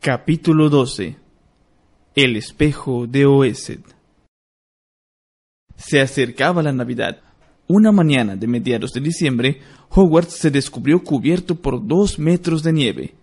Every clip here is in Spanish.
Capítulo 12. El espejo de Oesed. Se acercaba la Navidad. Una mañana de mediados de diciembre, Hogwarts se descubrió cubierto por 2 metros de nieve.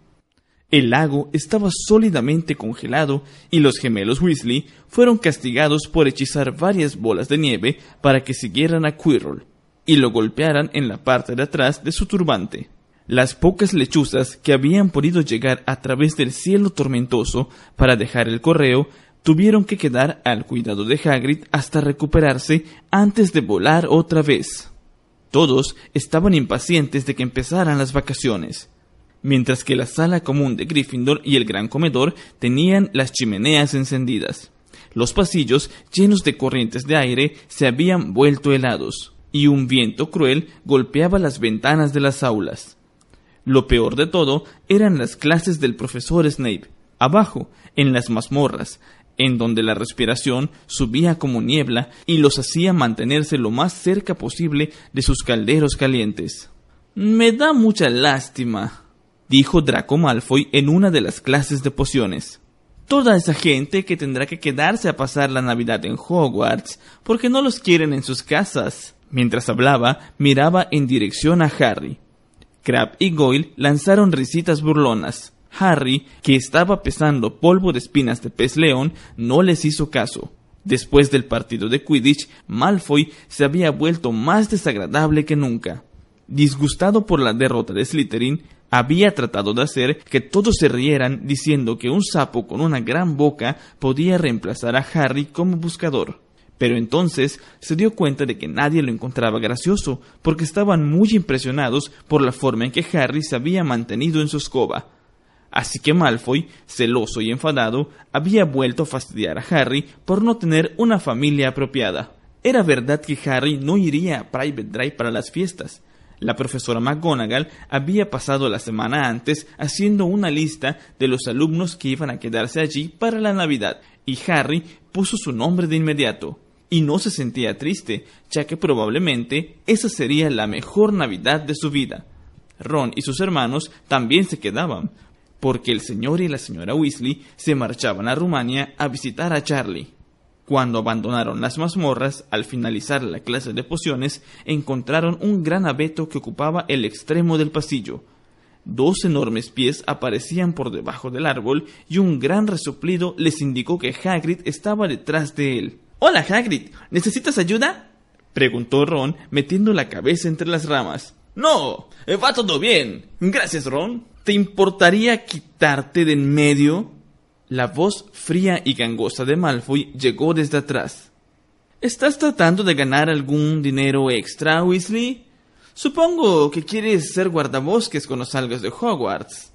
El lago estaba sólidamente congelado y los gemelos Weasley fueron castigados por hechizar varias bolas de nieve para que siguieran a Quirrell y lo golpearan en la parte de atrás de su turbante. Las pocas lechuzas que habían podido llegar a través del cielo tormentoso para dejar el correo tuvieron que quedar al cuidado de Hagrid hasta recuperarse antes de volar otra vez. Todos estaban impacientes de que empezaran las vacaciones, mientras que la sala común de Gryffindor y el gran comedor tenían las chimeneas encendidas. Los pasillos, llenos de corrientes de aire, se habían vuelto helados, y un viento cruel golpeaba las ventanas de las aulas. Lo peor de todo eran las clases del profesor Snape, abajo, en las mazmorras, en donde la respiración subía como niebla y los hacía mantenerse lo más cerca posible de sus calderos calientes. «Me da mucha lástima», dijo Draco Malfoy en una de las clases de pociones. «Toda esa gente que tendrá que quedarse a pasar la Navidad en Hogwarts porque no los quieren en sus casas». Mientras hablaba, miraba en dirección a Harry. Crabbe y Goyle lanzaron risitas burlonas. Harry, que estaba pesando polvo de espinas de pez león, no les hizo caso. Después del partido de Quidditch, Malfoy se había vuelto más desagradable que nunca. Disgustado por la derrota de Slytherin, había tratado de hacer que todos se rieran diciendo que un sapo con una gran boca podía reemplazar a Harry como buscador. Pero entonces se dio cuenta de que nadie lo encontraba gracioso, porque estaban muy impresionados por la forma en que Harry se había mantenido en su escoba. Así que Malfoy, celoso y enfadado, había vuelto a fastidiar a Harry por no tener una familia apropiada. Era verdad que Harry no iría a Private Drive para las fiestas. La profesora McGonagall había pasado la semana antes haciendo una lista de los alumnos que iban a quedarse allí para la Navidad, y Harry puso su nombre de inmediato. Y no se sentía triste, ya que probablemente esa sería la mejor Navidad de su vida. Ron y sus hermanos también se quedaban, porque el señor y la señora Weasley se marchaban a Rumania a visitar a Charlie. Cuando abandonaron las mazmorras, al finalizar la clase de pociones, encontraron un gran abeto que ocupaba el extremo del pasillo. 2 enormes pies aparecían por debajo del árbol y un gran resoplido les indicó que Hagrid estaba detrás de él. «Hola, Hagrid, ¿necesitas ayuda?», preguntó Ron, metiendo la cabeza entre las ramas. «No, va todo bien. Gracias, Ron. ¿Te importaría quitarte de en medio?». La voz fría y gangosa de Malfoy llegó desde atrás. «¿Estás tratando de ganar algún dinero extra, Weasley? Supongo que quieres ser guardabosques cuando salgas de Hogwarts.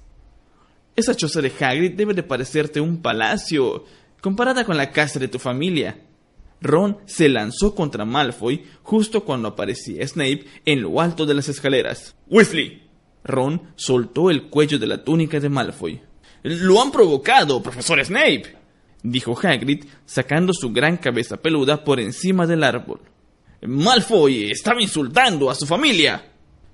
Esa choza de Hagrid debe de parecerte un palacio, comparada con la casa de tu familia». Ron se lanzó contra Malfoy justo cuando aparecía Snape en lo alto de las escaleras. «¡Weasley!». Ron soltó el cuello de la túnica de Malfoy. «¡Lo han provocado, profesor Snape!», dijo Hagrid, sacando su gran cabeza peluda por encima del árbol. «Malfoy estaba insultando a su familia».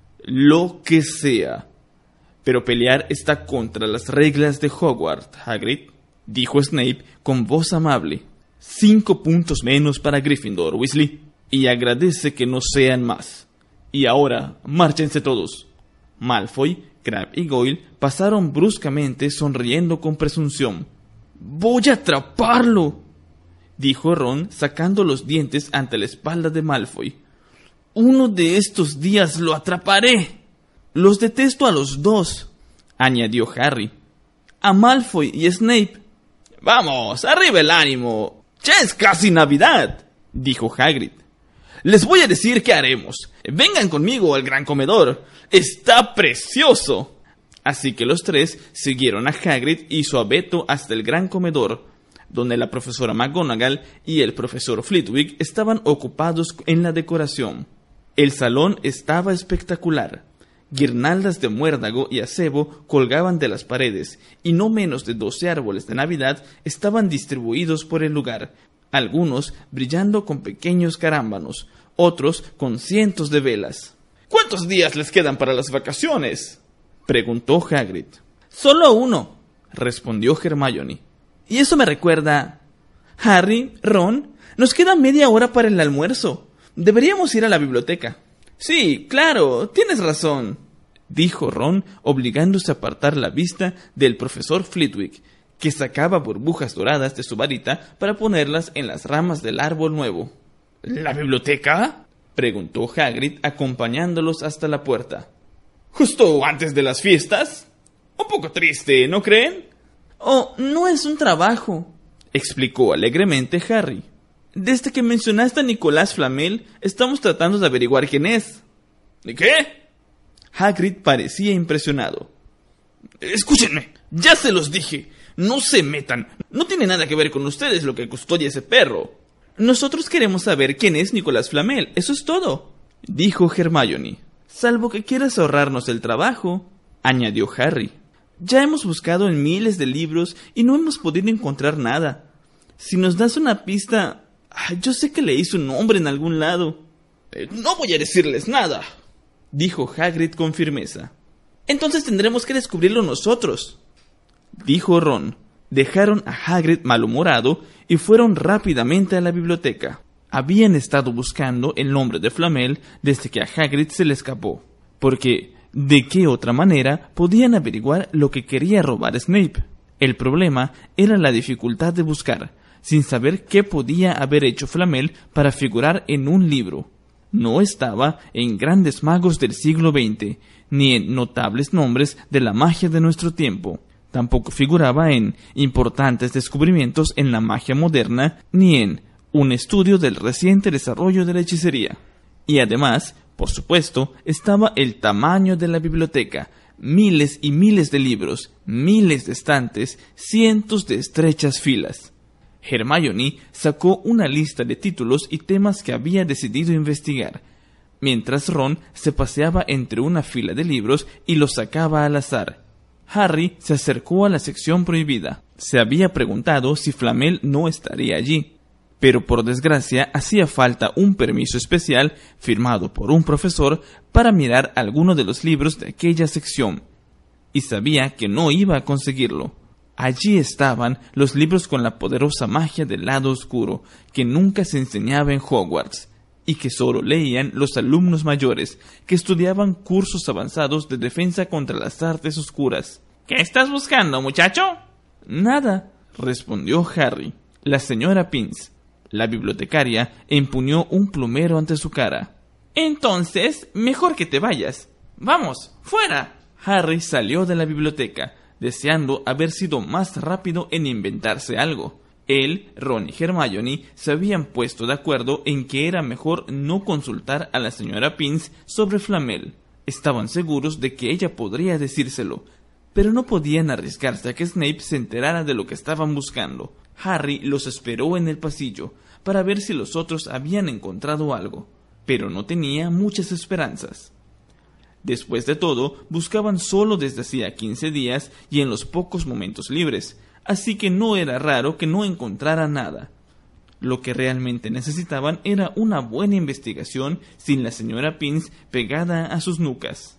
«Lo que sea. Pero pelear está contra las reglas de Hogwarts, Hagrid», dijo Snape con voz amable. 5 puntos menos para Gryffindor, Weasley, y agradece que no sean más. Y ahora, márchense todos». Malfoy, Crabbe y Goyle pasaron bruscamente sonriendo con presunción. «¡Voy a atraparlo!», dijo Ron sacando los dientes ante la espalda de Malfoy. «Uno de estos días lo atraparé». «Los detesto a los dos», añadió Harry. «A Malfoy y Snape». «Vamos, arriba el ánimo. Ya es casi Navidad», dijo Hagrid. «Les voy a decir qué haremos. Vengan conmigo al gran comedor. Está precioso». Así que los 3 siguieron a Hagrid y su abeto hasta el gran comedor, donde la profesora McGonagall y el profesor Flitwick estaban ocupados en la decoración. El salón estaba espectacular. Guirnaldas de muérdago y acebo colgaban de las paredes, y no menos de 12 árboles de Navidad estaban distribuidos por el lugar, algunos brillando con pequeños carámbanos, otros con cientos de velas. «¿Cuántos días les quedan para las vacaciones?», preguntó Hagrid. «Solo 1. respondió Hermione. Y eso me recuerda... Harry, Ron, nos queda media hora para el almuerzo. Deberíamos ir a la biblioteca. Sí, claro, tienes razón, dijo Ron, obligándose a apartar la vista del profesor Flitwick, que sacaba burbujas doradas de su varita para ponerlas en las ramas del árbol nuevo. ¿La biblioteca?, preguntó Hagrid, acompañándolos hasta la puerta. ¿Justo antes de las fiestas? Un poco triste, ¿no creen? Oh, no es un trabajo, explicó alegremente Harry. Desde que mencionaste a Nicolás Flamel, estamos tratando de averiguar quién es. ¿Y qué? Hagrid parecía impresionado. Escúchenme, ya se los dije. No se metan. No tiene nada que ver con ustedes lo que custodia ese perro. Nosotros queremos saber quién es Nicolás Flamel, eso es todo, dijo Hermione. Salvo que quieras ahorrarnos el trabajo, añadió Harry. Ya hemos buscado en miles de libros y no hemos podido encontrar nada. Si nos das una pista... yo sé que leí su nombre en algún lado. No voy a decirles nada, dijo Hagrid con firmeza. Entonces tendremos que descubrirlo nosotros, dijo Ron. Dejaron a Hagrid malhumorado y fueron rápidamente a la biblioteca. Habían estado buscando el nombre de Flamel desde que a Hagrid se le escapó, porque ¿de qué otra manera podían averiguar lo que quería robar Snape? El problema era la dificultad de buscar, sin saber qué podía haber hecho Flamel para figurar en un libro. No estaba en grandes magos del siglo XX, ni en notables nombres de la magia de nuestro tiempo. Tampoco figuraba en importantes descubrimientos en la magia moderna, ni en un estudio del reciente desarrollo de la hechicería. Y además, por supuesto, estaba el tamaño de la biblioteca, miles y miles de libros, miles de estantes, cientos de estrechas filas. Hermione sacó una lista de títulos y temas que había decidido investigar, mientras Ron se paseaba entre una fila de libros y los sacaba al azar. Harry se acercó a la sección prohibida. Se había preguntado si Flamel no estaría allí, pero por desgracia hacía falta un permiso especial firmado por un profesor para mirar alguno de los libros de aquella sección, y sabía que no iba a conseguirlo. Allí estaban los libros con la poderosa magia del lado oscuro, que nunca se enseñaba en Hogwarts, y que solo leían los alumnos mayores, que estudiaban cursos avanzados de defensa contra las artes oscuras. ¿Qué estás buscando, muchacho? Nada, respondió Harry. La señora Pince, la bibliotecaria, empuñó un plumero ante su cara. Entonces, mejor que te vayas. ¡Vamos, fuera! Harry salió de la biblioteca, deseando haber sido más rápido en inventarse algo. Él, Ron y Hermione se habían puesto de acuerdo en que era mejor no consultar a la señora Pince sobre Flamel. Estaban seguros de que ella podría decírselo, pero no podían arriesgarse a que Snape se enterara de lo que estaban buscando. Harry los esperó en el pasillo para ver si los otros habían encontrado algo, pero no tenía muchas esperanzas. Después de todo, buscaban solo desde hacía 15 días y en los pocos momentos libres, así que no era raro que no encontraran nada. Lo que realmente necesitaban era una buena investigación sin la señora Pince pegada a sus nucas.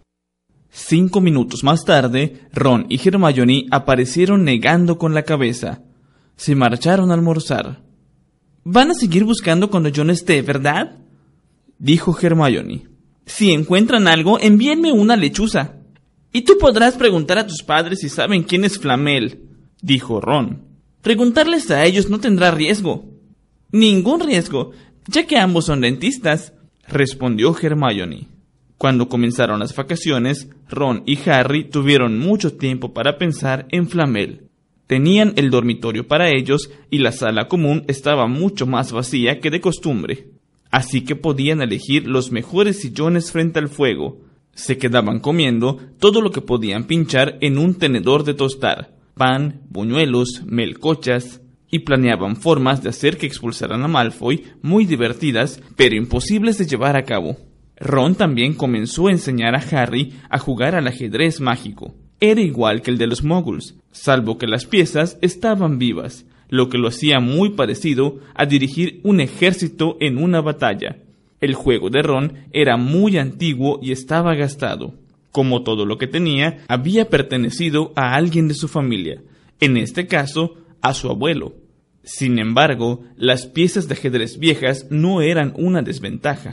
5 minutos más tarde, Ron y Hermione aparecieron negando con la cabeza. Se marcharon a almorzar. «Van a seguir buscando cuando yo no esté, ¿verdad?», dijo Hermione. «Si encuentran algo, envíenme una lechuza. Y tú podrás preguntar a tus padres si saben quién es Flamel», dijo Ron. «Preguntarles a ellos no tendrá riesgo». «Ningún riesgo, ya que ambos son dentistas», respondió Hermione. Cuando comenzaron las vacaciones, Ron y Harry tuvieron mucho tiempo para pensar en Flamel. Tenían el dormitorio para ellos y la sala común estaba mucho más vacía que de costumbre, así que podían elegir los mejores sillones frente al fuego. Se quedaban comiendo todo lo que podían pinchar en un tenedor de tostar, pan, buñuelos, melcochas, y planeaban formas de hacer que expulsaran a Malfoy muy divertidas, pero imposibles de llevar a cabo. Ron también comenzó a enseñar a Harry a jugar al ajedrez mágico. Era igual que el de los Muggles, salvo que las piezas estaban vivas, lo que lo hacía muy parecido a dirigir un ejército en una batalla. El juego de Ron era muy antiguo y estaba gastado. Como todo lo que tenía, había pertenecido a alguien de su familia, en este caso, a su abuelo. Sin embargo, las piezas de ajedrez viejas no eran una desventaja.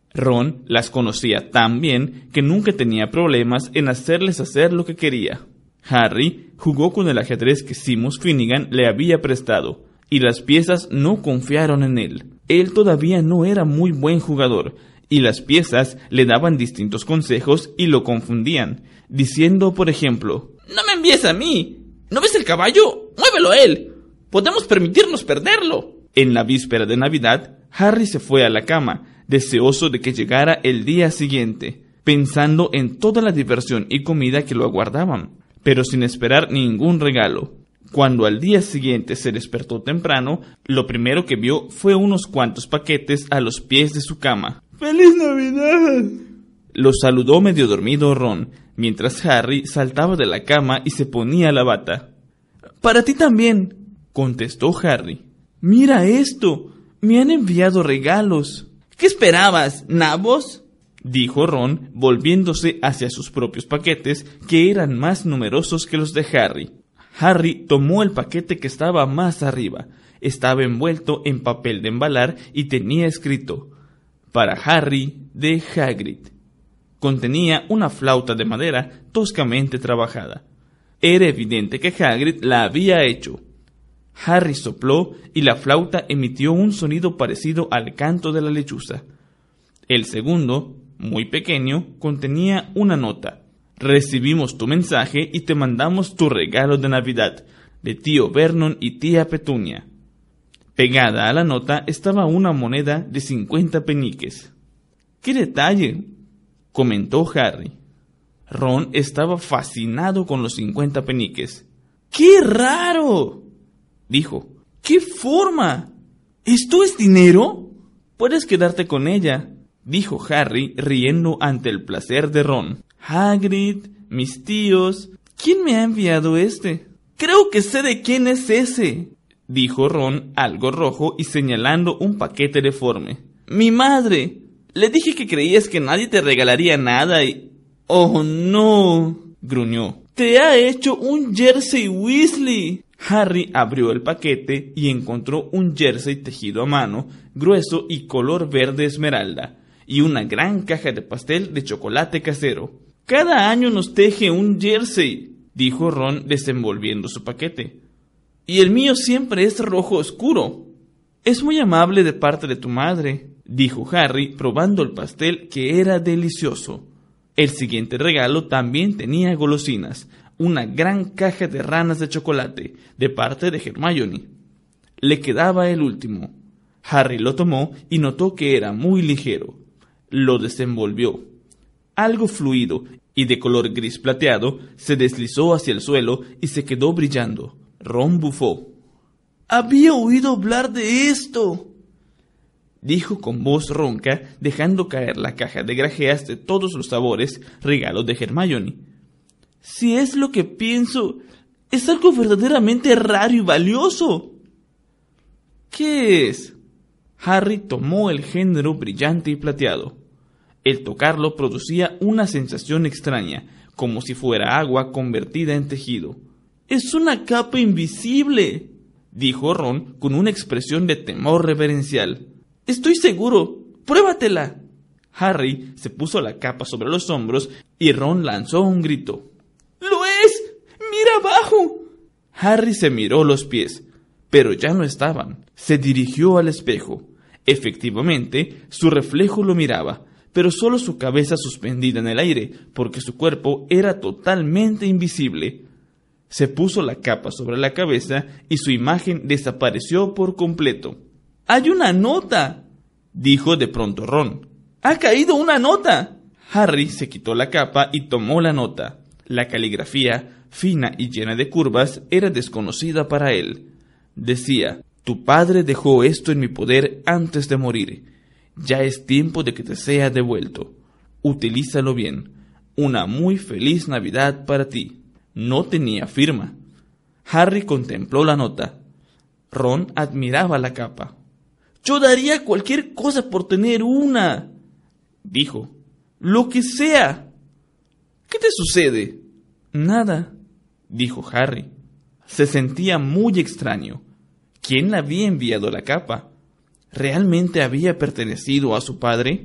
Ron las conocía tan bien que nunca tenía problemas en hacerles hacer lo que quería. Harry jugó con el ajedrez que Seamus Finnegan le había prestado, y las piezas no confiaron en él. Él todavía no era muy buen jugador, y las piezas le daban distintos consejos y lo confundían, diciendo, por ejemplo, «No me envíes a mí. ¿No ves el caballo? ¡Muévelo él! Podemos permitirnos perderlo». En la víspera de Navidad, Harry se fue a la cama, deseoso de que llegara el día siguiente, pensando en toda la diversión y comida que lo aguardaban, pero sin esperar ningún regalo. Cuando al día siguiente se despertó temprano, lo primero que vio fue unos cuantos paquetes a los pies de su cama. ¡Feliz Navidad! Lo saludó medio dormido Ron, mientras Harry saltaba de la cama y se ponía la bata. «Para ti también», contestó Harry. «Mira esto, me han enviado regalos». «¿Qué esperabas, nabos?», dijo Ron, volviéndose hacia sus propios paquetes, que eran más numerosos que los de Harry. Harry tomó el paquete que estaba más arriba. Estaba envuelto en papel de embalar y tenía escrito «Para Harry de Hagrid». Contenía una flauta de madera toscamente trabajada. Era evidente que Hagrid la había hecho. Harry sopló y la flauta emitió un sonido parecido al canto de la lechuza. El segundo, muy pequeño, contenía una nota. «Recibimos tu mensaje y te mandamos tu regalo de Navidad, de tío Vernon y tía Petunia». Pegada a la nota estaba una moneda de 50 peniques. «¡Qué detalle!», comentó Harry. Ron estaba fascinado con los 50 peniques. «¡Qué raro!», dijo. «¿Qué forma? ¿Esto es dinero?». «Puedes quedarte con ella», dijo Harry, riendo ante el placer de Ron. «Hagrid, mis tíos, ¿quién me ha enviado este?». «Creo que sé de quién es ese», dijo Ron, algo rojo y señalando un paquete deforme. «Mi madre. Le dije que creías que nadie te regalaría nada y... ¡Oh, no!», gruñó. «Te ha hecho un jersey Weasley». Harry abrió el paquete y encontró un jersey tejido a mano, grueso y color verde esmeralda, y una gran caja de pastel de chocolate casero. «Cada año nos teje un jersey», dijo Ron desenvolviendo su paquete. «Y el mío siempre es rojo oscuro». «Es muy amable de parte de tu madre», dijo Harry probando el pastel, que era delicioso. El siguiente regalo también tenía golosinas, una gran caja de ranas de chocolate, de parte de Hermione. Le quedaba el último. Harry lo tomó y notó que era muy ligero. Lo desenvolvió. Algo fluido y de color gris plateado se deslizó hacia el suelo y se quedó brillando. Ron bufó. «Había oído hablar de esto», dijo con voz ronca, dejando caer la caja de grajeas de todos los sabores, regalo de Hermione. «Si es lo que pienso, es algo verdaderamente raro y valioso». «¿Qué es?». Harry tomó el género brillante y plateado. El tocarlo producía una sensación extraña, como si fuera agua convertida en tejido. «Es una capa invisible», dijo Ron con una expresión de temor reverencial. «Estoy seguro. ¡Pruébatela!». Harry se puso la capa sobre los hombros y Ron lanzó un grito. «¡Lo es! ¡Mira abajo!». Harry se miró los pies, pero ya no estaban. Se dirigió al espejo. Efectivamente, su reflejo lo miraba, pero solo su cabeza suspendida en el aire, porque su cuerpo era totalmente invisible. Se puso la capa sobre la cabeza y su imagen desapareció por completo. «¡Hay una nota!», dijo de pronto Ron. «¡Ha caído una nota!». Harry se quitó la capa y tomó la nota. La caligrafía, fina y llena de curvas, era desconocida para él. Decía: «Tu padre dejó esto en mi poder antes de morir. Ya es tiempo de que te sea devuelto. Utilízalo bien. Una muy feliz Navidad para ti». No tenía firma. Harry contempló la nota. Ron admiraba la capa. «Yo daría cualquier cosa por tener una», dijo. «Lo que sea». ¿Qué te sucede? Nada, dijo Harry. Se sentía muy extraño. ¿Quién le había enviado la capa? ¿Realmente había pertenecido a su padre?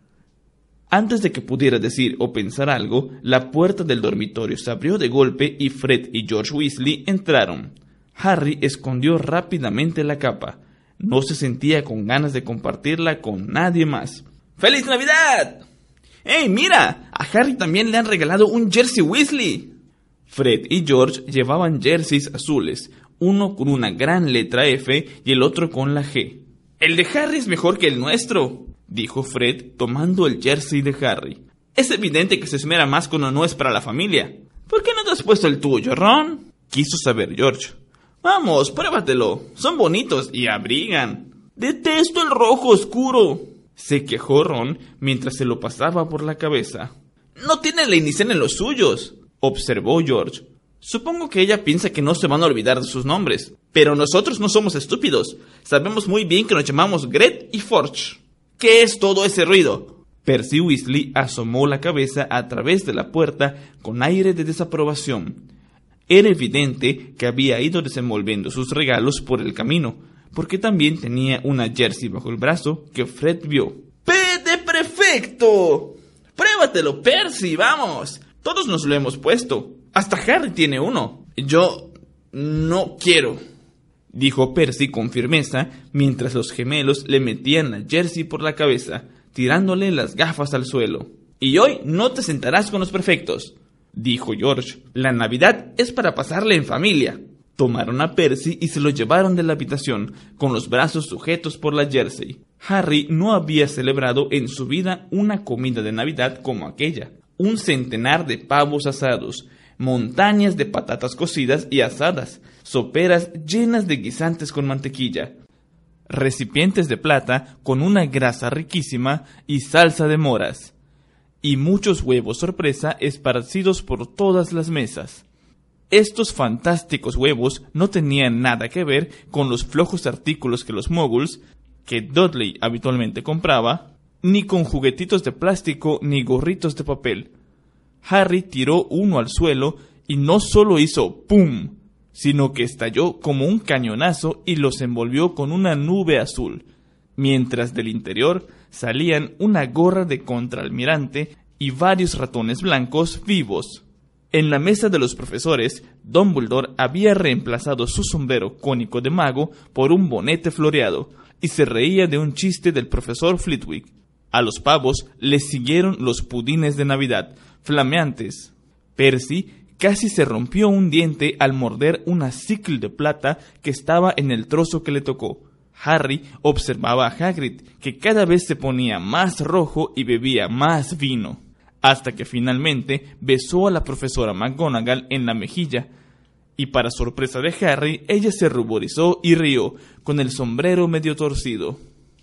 Antes de que pudiera decir o pensar algo, la puerta del dormitorio se abrió de golpe y Fred y George Weasley entraron. Harry escondió rápidamente la capa. No se sentía con ganas de compartirla con nadie más. ¡Feliz Navidad! ¡Hey, mira! A Harry también le han regalado un jersey Weasley. Fred y George llevaban jerseys azules, uno con una gran letra F y el otro con la G. «El de Harry es mejor que el nuestro», dijo Fred tomando el jersey de Harry. «Es evidente que se esmera más cuando no es para la familia. ¿Por qué no te has puesto el tuyo, Ron?», quiso saber George. «Vamos, pruébatelo. Son bonitos y abrigan». «Detesto el rojo oscuro», se quejó Ron mientras se lo pasaba por la cabeza. «No tiene la inicial en los suyos», observó George. «Supongo que ella piensa que no se van a olvidar de sus nombres. Pero nosotros no somos estúpidos. Sabemos muy bien que nos llamamos Gret y Forge». «¿Qué es todo ese ruido?». Percy Weasley asomó la cabeza a través de la puerta con aire de desaprobación. Era evidente que había ido desenvolviendo sus regalos por el camino, porque también tenía una jersey bajo el brazo que Fred vio. ¡P de prefecto! ¡Pruébatelo, Percy, vamos! Todos nos lo hemos puesto. Hasta Harry tiene uno. Yo no quiero, dijo Percy con firmeza, mientras los gemelos le metían la jersey por la cabeza, tirándole las gafas al suelo. «Y hoy no te sentarás con los prefectos», dijo George. «La Navidad es para pasarla en familia». Tomaron a Percy y se lo llevaron de la habitación, con los brazos sujetos por la jersey. Harry no había celebrado en su vida una comida de Navidad como aquella. 100 de pavos asados, montañas de patatas cocidas y asadas, soperas llenas de guisantes con mantequilla, recipientes de plata con una grasa riquísima y salsa de moras, y muchos huevos sorpresa esparcidos por todas las mesas. Estos fantásticos huevos no tenían nada que ver con los flojos artículos que los muggles, que Dudley habitualmente compraba, ni con juguetitos de plástico ni gorritos de papel. Harry tiró uno al suelo y no solo hizo ¡pum!, sino que estalló como un cañonazo y los envolvió con una nube azul, mientras del interior salían una gorra de contraalmirante y varios ratones blancos vivos. En la mesa de los profesores, Dumbledore había reemplazado su sombrero cónico de mago por un bonete floreado, y se reía de un chiste del profesor Flitwick. A los pavos les siguieron los pudines de Navidad, flameantes. Percy casi se rompió un diente al morder una sickle de plata que estaba en el trozo que le tocó. Harry observaba a Hagrid, que cada vez se ponía más rojo y bebía más vino, hasta que finalmente besó a la profesora McGonagall en la mejilla, y para sorpresa de Harry, ella se ruborizó y rió, con el sombrero medio torcido.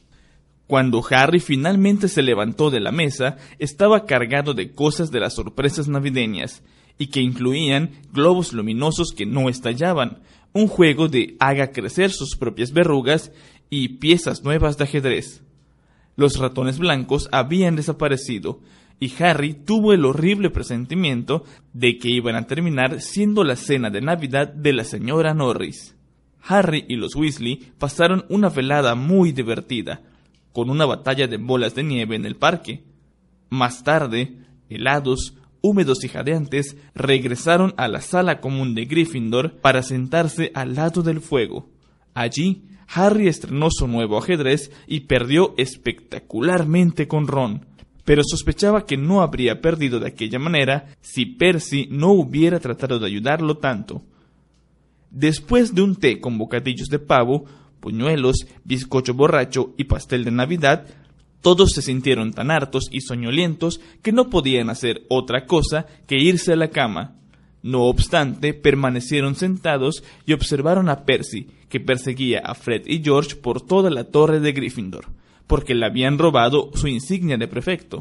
Cuando Harry finalmente se levantó de la mesa, estaba cargado de cosas de las sorpresas navideñas, y que incluían globos luminosos que no estallaban, un juego de haga crecer sus propias verrugas y piezas nuevas de ajedrez. Los ratones blancos habían desaparecido, y Harry tuvo el horrible presentimiento de que iban a terminar siendo la cena de Navidad de la señora Norris. Harry y los Weasley pasaron una velada muy divertida, con una batalla de bolas de nieve en el parque. Más tarde, helados, húmedos y jadeantes, regresaron a la sala común de Gryffindor para sentarse al lado del fuego. Allí, Harry estrenó su nuevo ajedrez y perdió espectacularmente con Ron, pero sospechaba que no habría perdido de aquella manera si Percy no hubiera tratado de ayudarlo tanto. Después de un té con bocadillos de pavo, puñuelos, bizcocho borracho y pastel de Navidad, todos se sintieron tan hartos y soñolientos que no podían hacer otra cosa que irse a la cama. No obstante, permanecieron sentados y observaron a Percy, que perseguía a Fred y George por toda la torre de Gryffindor, porque le habían robado su insignia de prefecto.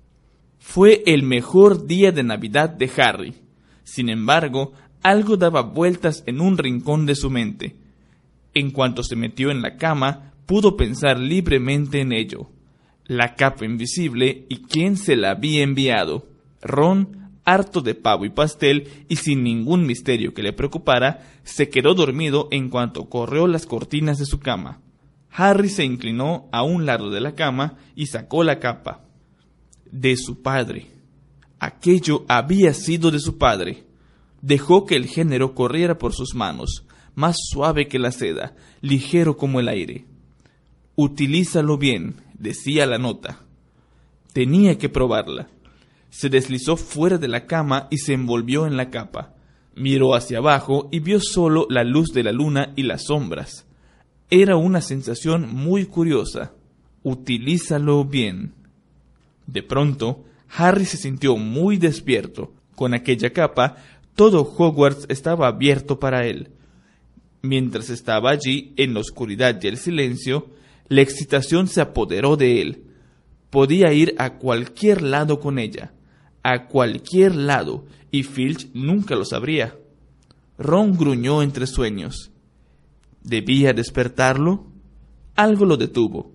Fue el mejor día de Navidad de Harry. Sin embargo, algo daba vueltas en un rincón de su mente. En cuanto se metió en la cama, pudo pensar libremente en ello. La capa invisible y quién se la había enviado. Ron harto de pavo y pastel y sin ningún misterio que le preocupara, se quedó dormido en cuanto corrió las cortinas de su cama. Harry se inclinó a un lado de la cama y sacó la capa. De su padre. Aquello había sido de su padre. Dejó que el género corriera por sus manos, más suave que la seda, ligero como el aire. «Utilízalo bien», decía la nota. Tenía que probarla. Se deslizó fuera de la cama y se envolvió en la capa. Miró hacia abajo y vio solo la luz de la luna y las sombras. Era una sensación muy curiosa. «Utilízalo bien». De pronto, Harry se sintió muy despierto. Con aquella capa, todo Hogwarts estaba abierto para él. Mientras estaba allí, en la oscuridad y el silencio, la excitación se apoderó de él. Podía ir a cualquier lado con ella, a cualquier lado, y Filch nunca lo sabría. Ron gruñó entre sueños. ¿Debía despertarlo? Algo lo detuvo.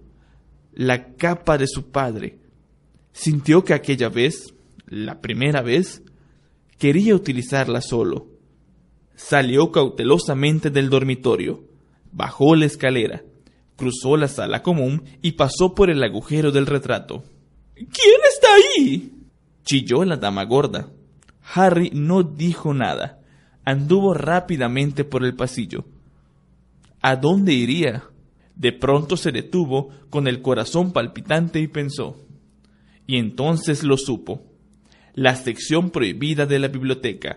La capa de su padre. Sintió que aquella vez, la primera vez, quería utilizarla solo. Salió cautelosamente del dormitorio, bajó la escalera, cruzó la sala común y pasó por el agujero del retrato. «¿Quién está ahí?», chilló la dama gorda. Harry no dijo nada. Anduvo rápidamente por el pasillo. ¿A dónde iría? De pronto se detuvo con el corazón palpitante y pensó. Y entonces lo supo. La sección prohibida de la biblioteca.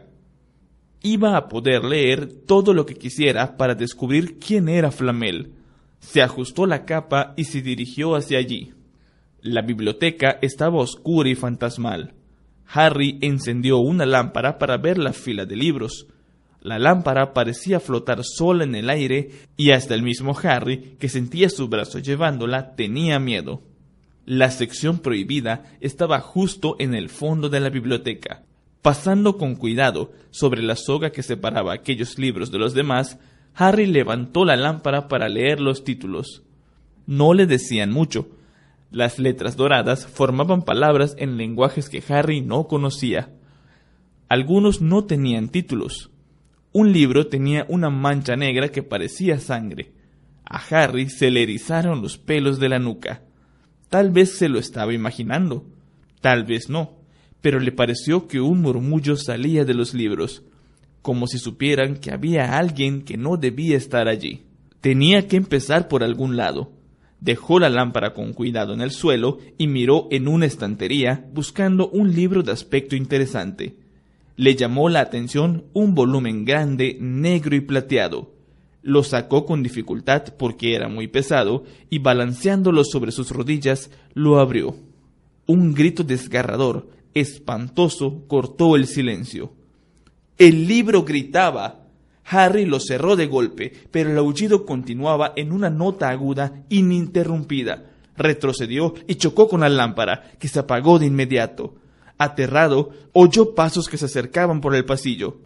Iba a poder leer todo lo que quisiera para descubrir quién era Flamel. Se ajustó la capa y se dirigió hacia allí. La biblioteca estaba oscura y fantasmal. Harry encendió una lámpara para ver la fila de libros. La lámpara parecía flotar sola en el aire y hasta el mismo Harry, que sentía su brazo llevándola, tenía miedo. La sección prohibida estaba justo en el fondo de la biblioteca. Pasando con cuidado sobre la soga que separaba aquellos libros de los demás, Harry levantó la lámpara para leer los títulos. No le decían mucho. Las letras doradas formaban palabras en lenguajes que Harry no conocía. Algunos no tenían títulos. Un libro tenía una mancha negra que parecía sangre. A Harry se le erizaron los pelos de la nuca. Tal vez se lo estaba imaginando, tal vez no, pero le pareció que un murmullo salía de los libros, como si supieran que había alguien que no debía estar allí. Tenía que empezar por algún lado. Dejó la lámpara con cuidado en el suelo y miró en una estantería buscando un libro de aspecto interesante. Le llamó la atención un volumen grande, negro y plateado. Lo sacó con dificultad porque era muy pesado y balanceándolo sobre sus rodillas, lo abrió. Un grito desgarrador, espantoso, cortó el silencio. El libro gritaba. Harry lo cerró de golpe, pero el aullido continuaba en una nota aguda ininterrumpida. Retrocedió y chocó con la lámpara, que se apagó de inmediato. Aterrado, oyó pasos que se acercaban por el pasillo.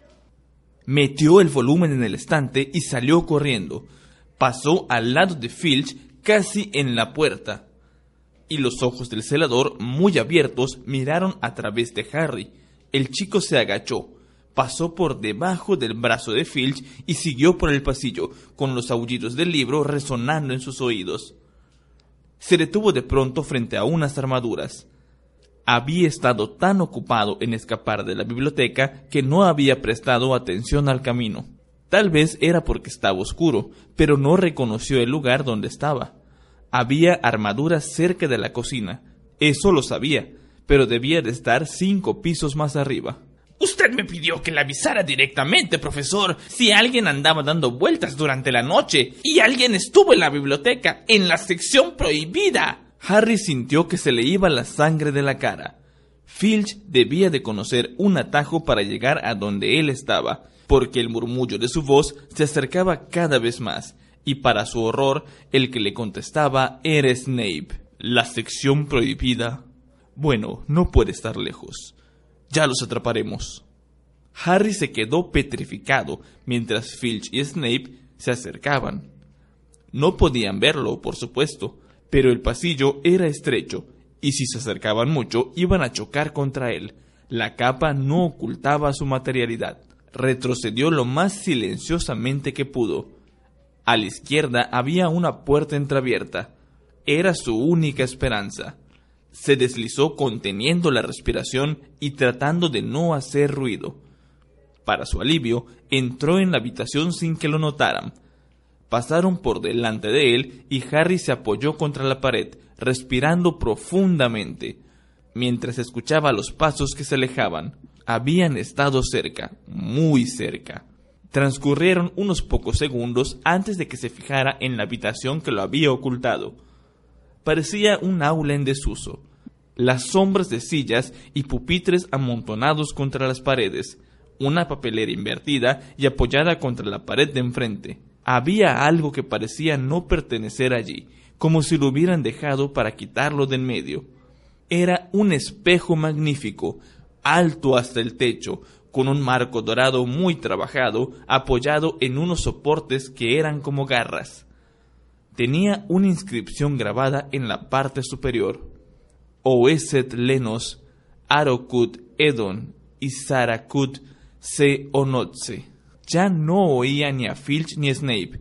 Metió el volumen en el estante y salió corriendo. Pasó al lado de Filch, casi en la puerta. Y los ojos del celador, muy abiertos, miraron a través de Harry. El chico se agachó, pasó por debajo del brazo de Filch y siguió por el pasillo, con los aullidos del libro resonando en sus oídos. Se detuvo de pronto frente a unas armaduras. Había estado tan ocupado en escapar de la biblioteca que no había prestado atención al camino. Tal vez era porque estaba oscuro, pero no reconoció el lugar donde estaba. Había armaduras cerca de la cocina. Eso lo sabía, pero debía de estar 5 pisos más arriba. «Usted me pidió que le avisara directamente, profesor, si alguien andaba dando vueltas durante la noche y alguien estuvo en la biblioteca, en la sección prohibida». Harry sintió que se le iba la sangre de la cara. Filch debía de conocer un atajo para llegar a donde él estaba, porque el murmullo de su voz se acercaba cada vez más, y para su horror, el que le contestaba era Snape. La sección prohibida. Bueno, no puede estar lejos. Ya los atraparemos. Harry se quedó petrificado mientras Filch y Snape se acercaban. No podían verlo, por supuesto, pero el pasillo era estrecho, y si se acercaban mucho, iban a chocar contra él. La capa no ocultaba su materialidad. Retrocedió lo más silenciosamente que pudo. A la izquierda había una puerta entreabierta. Era su única esperanza. Se deslizó conteniendo la respiración y tratando de no hacer ruido. Para su alivio, entró en la habitación sin que lo notaran. Pasaron por delante de él y Harry se apoyó contra la pared, respirando profundamente, mientras escuchaba los pasos que se alejaban. Habían estado cerca, muy cerca. Transcurrieron unos pocos segundos antes de que se fijara en la habitación que lo había ocultado. Parecía un aula en desuso. Las sombras de sillas y pupitres amontonados contra las paredes, una papelera invertida y apoyada contra la pared de enfrente. Había algo que parecía no pertenecer allí, como si lo hubieran dejado para quitarlo de en medio. Era un espejo magnífico, alto hasta el techo, con un marco dorado muy trabajado, apoyado en unos soportes que eran como garras. Tenía una inscripción grabada en la parte superior: Oeset Lenos, Arokut Edon y Sarakut Se Onotse. Ya no oía ni a Filch ni a Snape,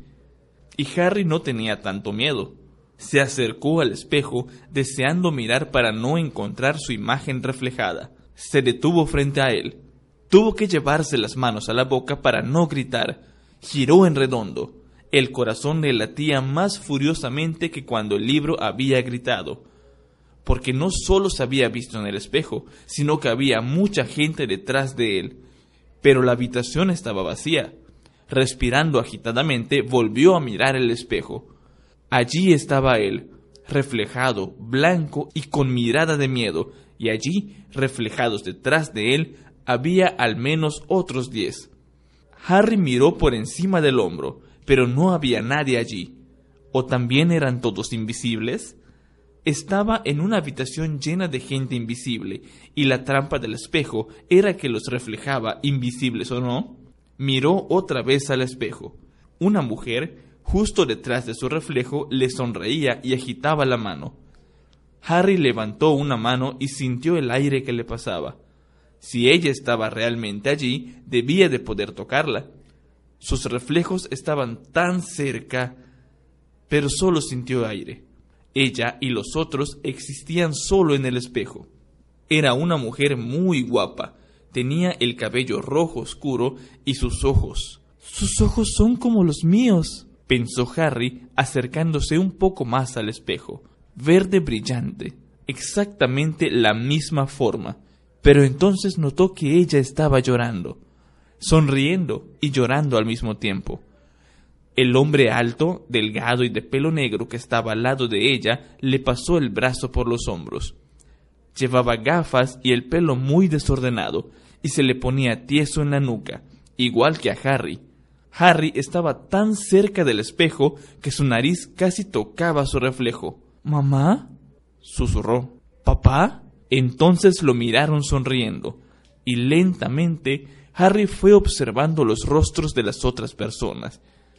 y Harry no tenía tanto miedo. Se acercó al espejo, deseando mirar para no encontrar su imagen reflejada. Se detuvo frente a él. Tuvo que llevarse las manos a la boca para no gritar. Giró en redondo. El corazón le latía más furiosamente que cuando el libro había gritado, porque no solo se había visto en el espejo, sino que había mucha gente detrás de él. Pero la habitación estaba vacía. Respirando agitadamente, volvió a mirar el espejo. Allí estaba él, reflejado, blanco y con mirada de miedo, y allí, reflejados detrás de él, había al menos otros 10. Harry miró por encima del hombro, pero no había nadie allí. ¿O también eran todos invisibles? Estaba en una habitación llena de gente invisible, y la trampa del espejo era que los reflejaba, invisibles o no. Miró otra vez al espejo. Una mujer, justo detrás de su reflejo, le sonreía y agitaba la mano. Harry levantó una mano y sintió el aire que le pasaba. Si ella estaba realmente allí, debía de poder tocarla. Sus reflejos estaban tan cerca, pero solo sintió aire. Ella y los otros existían solo en el espejo. Era una mujer muy guapa. Tenía el cabello rojo oscuro y sus ojos. «Sus ojos son como los míos», pensó Harry, acercándose un poco más al espejo. Verde brillante, exactamente la misma forma. Pero entonces notó que ella estaba llorando, sonriendo y llorando al mismo tiempo. El hombre alto, delgado y de pelo negro que estaba al lado de ella le pasó el brazo por los hombros. Llevaba gafas y el pelo muy desordenado, y se le ponía tieso en la nuca, igual que a Harry. Harry estaba tan cerca del espejo que su nariz casi tocaba su reflejo. «¿Mamá?», susurró. «¿Papá?». Entonces lo miraron sonriendo, y lentamente Harry fue observando los rostros de las otras personas,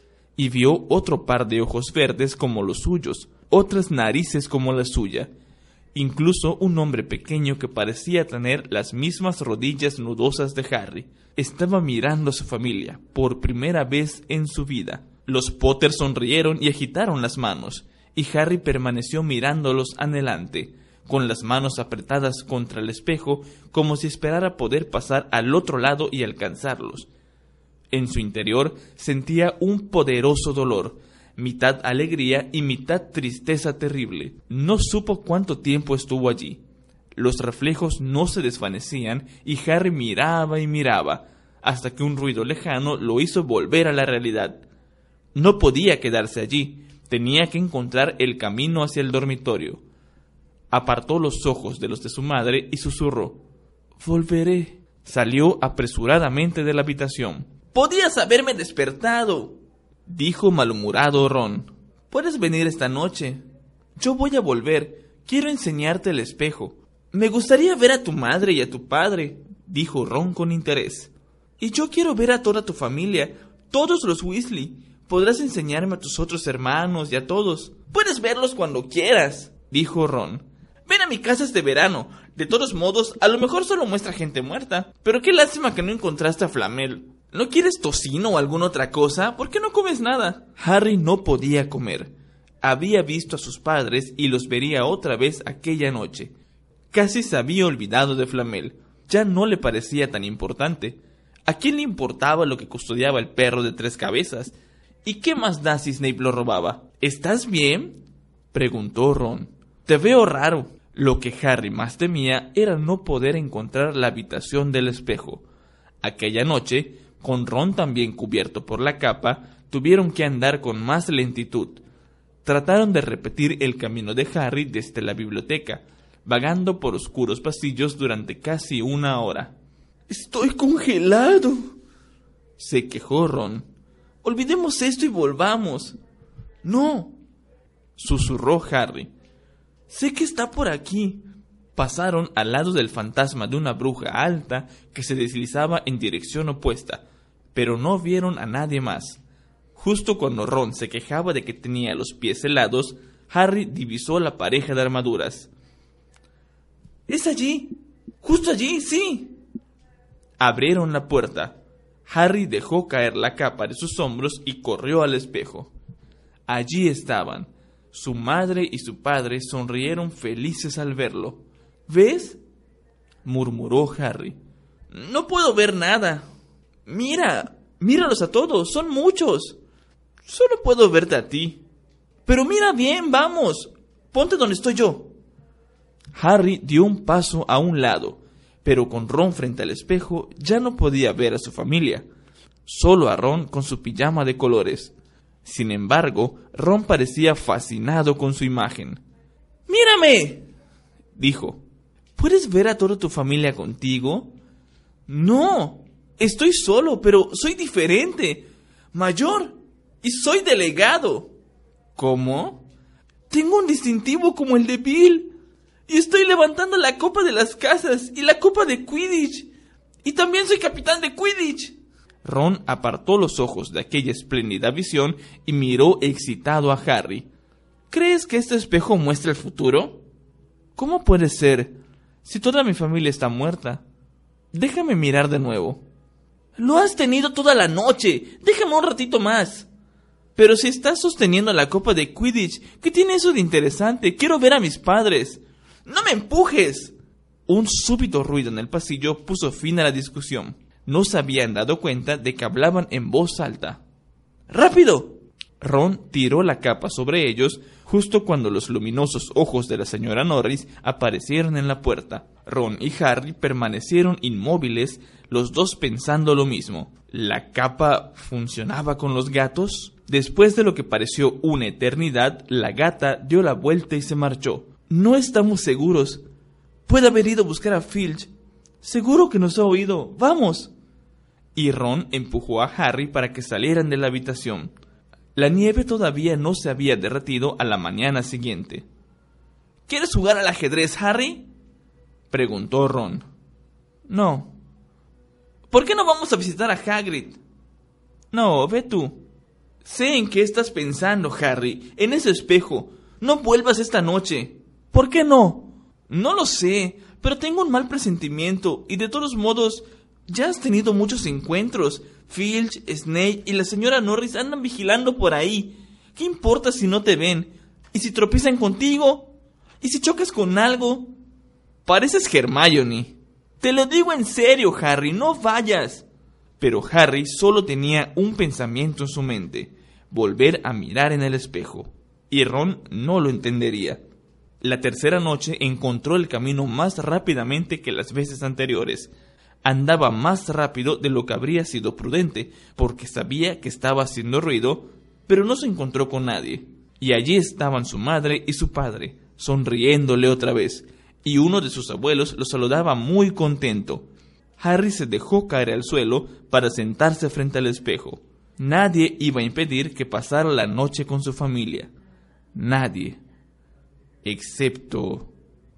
y vio otro par de ojos verdes como los suyos, otras narices como la suya, incluso un hombre pequeño que parecía tener las mismas rodillas nudosas de Harry. Estaba mirando a su familia por primera vez en su vida. Los Potter sonrieron y agitaron las manos, y Harry permaneció mirándolos anhelante, con las manos apretadas contra el espejo, como si esperara poder pasar al otro lado y alcanzarlos. En su interior sentía un poderoso dolor, mitad alegría y mitad tristeza terrible. No supo cuánto tiempo estuvo allí. Los reflejos no se desvanecían y Harry miraba y miraba, hasta que un ruido lejano lo hizo volver a la realidad. No podía quedarse allí, tenía que encontrar el camino hacia el dormitorio. Apartó los ojos de los de su madre y susurró: «Volveré». Salió apresuradamente de la habitación. «Podías haberme despertado», dijo malhumorado Ron. «Puedes venir esta noche. Yo voy a volver. Quiero enseñarte el espejo». «Me gustaría ver a tu madre y a tu padre», dijo Ron con interés. «Y yo quiero ver a toda tu familia, todos los Weasley. Podrás enseñarme a tus otros hermanos y a todos». «Puedes verlos cuando quieras», dijo Ron. «Ven a mi casa este verano. De todos modos, a lo mejor solo muestra gente muerta. Pero qué lástima que no encontraste a Flamel. ¿No quieres tocino o alguna otra cosa? ¿Por qué no comes nada? Harry no podía comer. Había visto a sus padres y los vería otra vez aquella noche. Casi se había olvidado de Flamel. Ya no le parecía tan importante. ¿A quién le importaba lo que custodiaba el perro de 3 cabezas? ¿Y qué más da si Snape lo robaba? ¿Estás bien?, preguntó Ron. Te veo raro. Lo que Harry más temía era no poder encontrar la habitación del espejo. Aquella noche, con Ron también cubierto por la capa, tuvieron que andar con más lentitud. Trataron de repetir el camino de Harry desde la biblioteca, vagando por oscuros pasillos durante casi 1 hora. «Estoy congelado», se quejó Ron. «Olvidemos esto y volvamos». «No», susurró Harry. «Sé que está por aquí». Pasaron al lado del fantasma de una bruja alta que se deslizaba en dirección opuesta, pero no vieron a nadie más. Justo cuando Ron se quejaba de que tenía los pies helados, Harry divisó la pareja de armaduras. «Es allí, justo allí, sí». Abrieron la puerta. Harry dejó caer la capa de sus hombros y corrió al espejo. Allí estaban. Su madre y su padre sonrieron felices al verlo. «¿Ves?», murmuró Harry. «No puedo ver nada». «Míralos a todos, son muchos». «Solo puedo verte a ti». «Pero mira bien, vamos, ponte donde estoy yo». Harry dio un paso a un lado, pero con Ron frente al espejo ya no podía ver a su familia, solo a Ron con su pijama de colores. Sin embargo, Ron parecía fascinado con su imagen. «¡Mírame!», dijo. «¿Puedes ver a toda tu familia contigo?» «No, estoy solo, pero soy diferente, mayor, y soy delegado». «¿Cómo?» «Tengo un distintivo como el de Bill, y estoy levantando la copa de las casas y la copa de Quidditch, y también soy capitán de Quidditch». Ron apartó los ojos de aquella espléndida visión y miró excitado a Harry. «¿Crees que este espejo muestra el futuro?» «¿Cómo puede ser, si toda mi familia está muerta? Déjame mirar de nuevo». «Lo has tenido toda la noche, déjame un ratito más». «Pero si estás sosteniendo la copa de Quidditch, ¿qué tiene eso de interesante? Quiero ver a mis padres». «¡No me empujes!». Un súbito ruido en el pasillo puso fin a la discusión. No se habían dado cuenta de que hablaban en voz alta. «¡Rápido!». Ron tiró la capa sobre ellos justo cuando los luminosos ojos de la señora Norris aparecieron en la puerta. Ron y Harry permanecieron inmóviles, los dos pensando lo mismo. ¿La capa funcionaba con los gatos? Después de lo que pareció una eternidad, la gata dio la vuelta y se marchó. «No estamos seguros. Puede haber ido a buscar a Filch. Seguro que nos ha oído. ¡Vamos!». Y Ron empujó a Harry para que salieran de la habitación. La nieve todavía no se había derretido a la mañana siguiente. «¿Quieres jugar al ajedrez, Harry?», preguntó Ron. «No». «¿Por qué no vamos a visitar a Hagrid?». «No, ve tú». «Sé en qué estás pensando, Harry, en ese espejo. No vuelvas esta noche». «¿Por qué no?». «No lo sé, pero tengo un mal presentimiento, y de todos modos, ya has tenido muchos encuentros. Filch, Snape y la señora Norris andan vigilando por ahí. ¿Qué importa si no te ven? ¿Y si tropiezan contigo? ¿Y si chocas con algo?». «Pareces Hermione». «Te lo digo en serio, Harry, no vayas». Pero Harry solo tenía un pensamiento en su mente: volver a mirar en el espejo. Y Ron no lo entendería. La tercera noche encontró el camino más rápidamente que las veces anteriores. Andaba más rápido de lo que habría sido prudente, porque sabía que estaba haciendo ruido, pero no se encontró con nadie. Y allí estaban su madre y su padre, sonriéndole otra vez, y uno de sus abuelos lo saludaba muy contento. Harry se dejó caer al suelo para sentarse frente al espejo. Nadie iba a impedir que pasara la noche con su familia. Nadie. Excepto...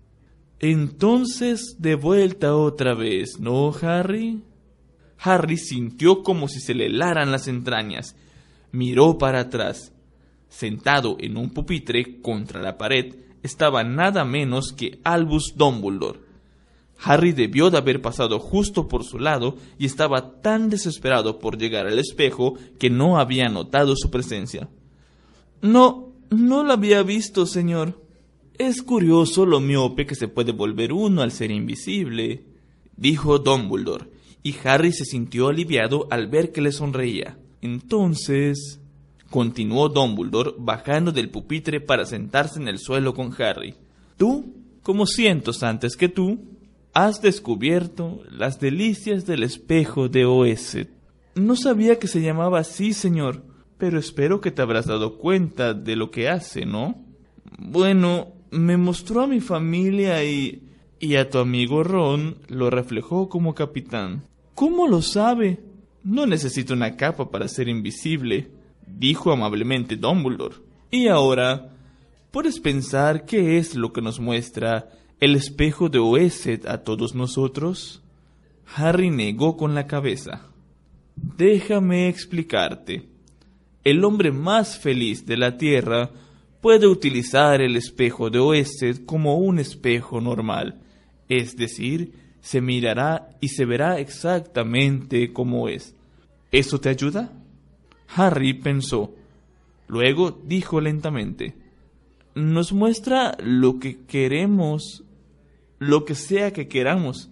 «Entonces, de vuelta otra vez, ¿no, Harry?». Harry sintió como si se le helaran las entrañas. Miró para atrás. Sentado en un pupitre contra la pared estaba nada menos que Albus Dumbledore. Harry debió de haber pasado justo por su lado y estaba tan desesperado por llegar al espejo que no había notado su presencia. No la había visto, señor. Es curioso lo miope que se puede volver uno al ser invisible, dijo Dumbledore, y Harry se sintió aliviado al ver que le sonreía. Entonces, continuó Dumbledore bajando del pupitre para sentarse en el suelo con Harry. Tú, como cientos antes que tú, has descubierto las delicias del espejo de Oesed. No sabía que se llamaba así, señor, pero espero que te habrás dado cuenta de lo que hace, ¿no? Bueno, me mostró a mi familia y a tu amigo Ron lo reflejó como capitán. ¿Cómo lo sabe? No necesito una capa para ser invisible, dijo amablemente Dumbledore. Y ahora, ¿puedes pensar qué es lo que nos muestra el espejo de Oesed a todos nosotros? Harry negó con la cabeza. Déjame explicarte. El hombre más feliz de la Tierra puede utilizar el espejo de Oesed como un espejo normal, es decir, se mirará y se verá exactamente como es. ¿Eso te ayuda? Harry pensó. Luego dijo lentamente: nos muestra lo que queremos, lo que sea que queramos.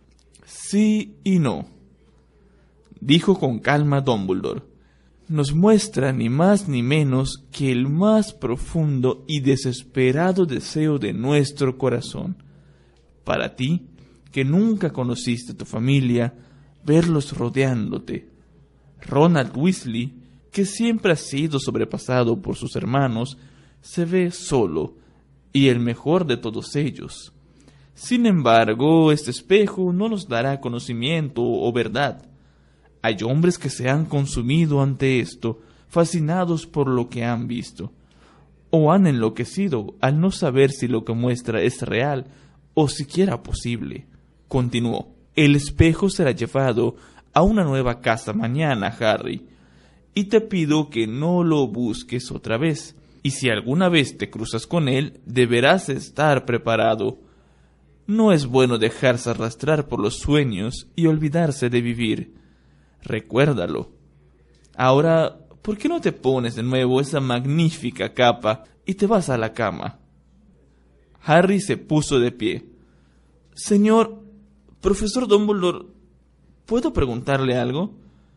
Sí y no, dijo con calma Dumbledore. Nos muestra ni más ni menos que el más profundo y desesperado deseo de nuestro corazón. Para ti, que nunca conociste a tu familia, verlos rodeándote. Ronald Weasley, que siempre ha sido sobrepasado por sus hermanos, se ve solo, y el mejor de todos ellos. Sin embargo, este espejo no nos dará conocimiento o verdad. Hay hombres que se han consumido ante esto, fascinados por lo que han visto, o han enloquecido al no saber si lo que muestra es real o siquiera posible. Continuó: el espejo será llevado a una nueva casa mañana, Harry, y te pido que no lo busques otra vez, y si alguna vez te cruzas con él, deberás estar preparado. No es bueno dejarse arrastrar por los sueños y olvidarse de vivir. Recuérdalo. Ahora, ¿por qué no te pones de nuevo esa magnífica capa y te vas a la cama? Harry se puso de pie. Señor, profesor Dumbledore, ¿puedo preguntarle algo?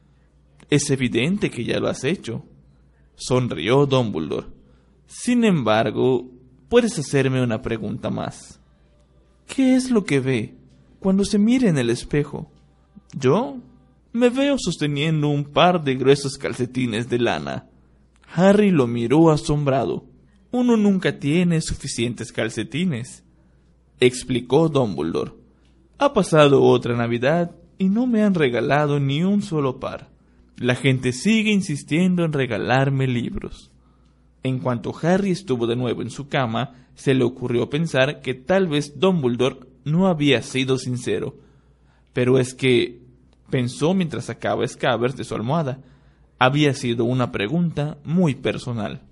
Es evidente que ya lo has hecho, sonrió Dumbledore. Sin embargo, puedes hacerme una pregunta más. ¿Qué es lo que ve cuando se mira en el espejo? ¿Yo? Me veo sosteniendo un par de gruesos calcetines de lana. Harry lo miró asombrado. Uno nunca tiene suficientes calcetines, explicó Dumbledore. Ha pasado otra Navidad y no me han regalado ni un solo par. La gente sigue insistiendo en regalarme libros. En cuanto Harry estuvo de nuevo en su cama, se le ocurrió pensar que tal vez Dumbledore no había sido sincero. Pero es que, pensó mientras sacaba Scabbers de su almohada, había sido una pregunta muy personal.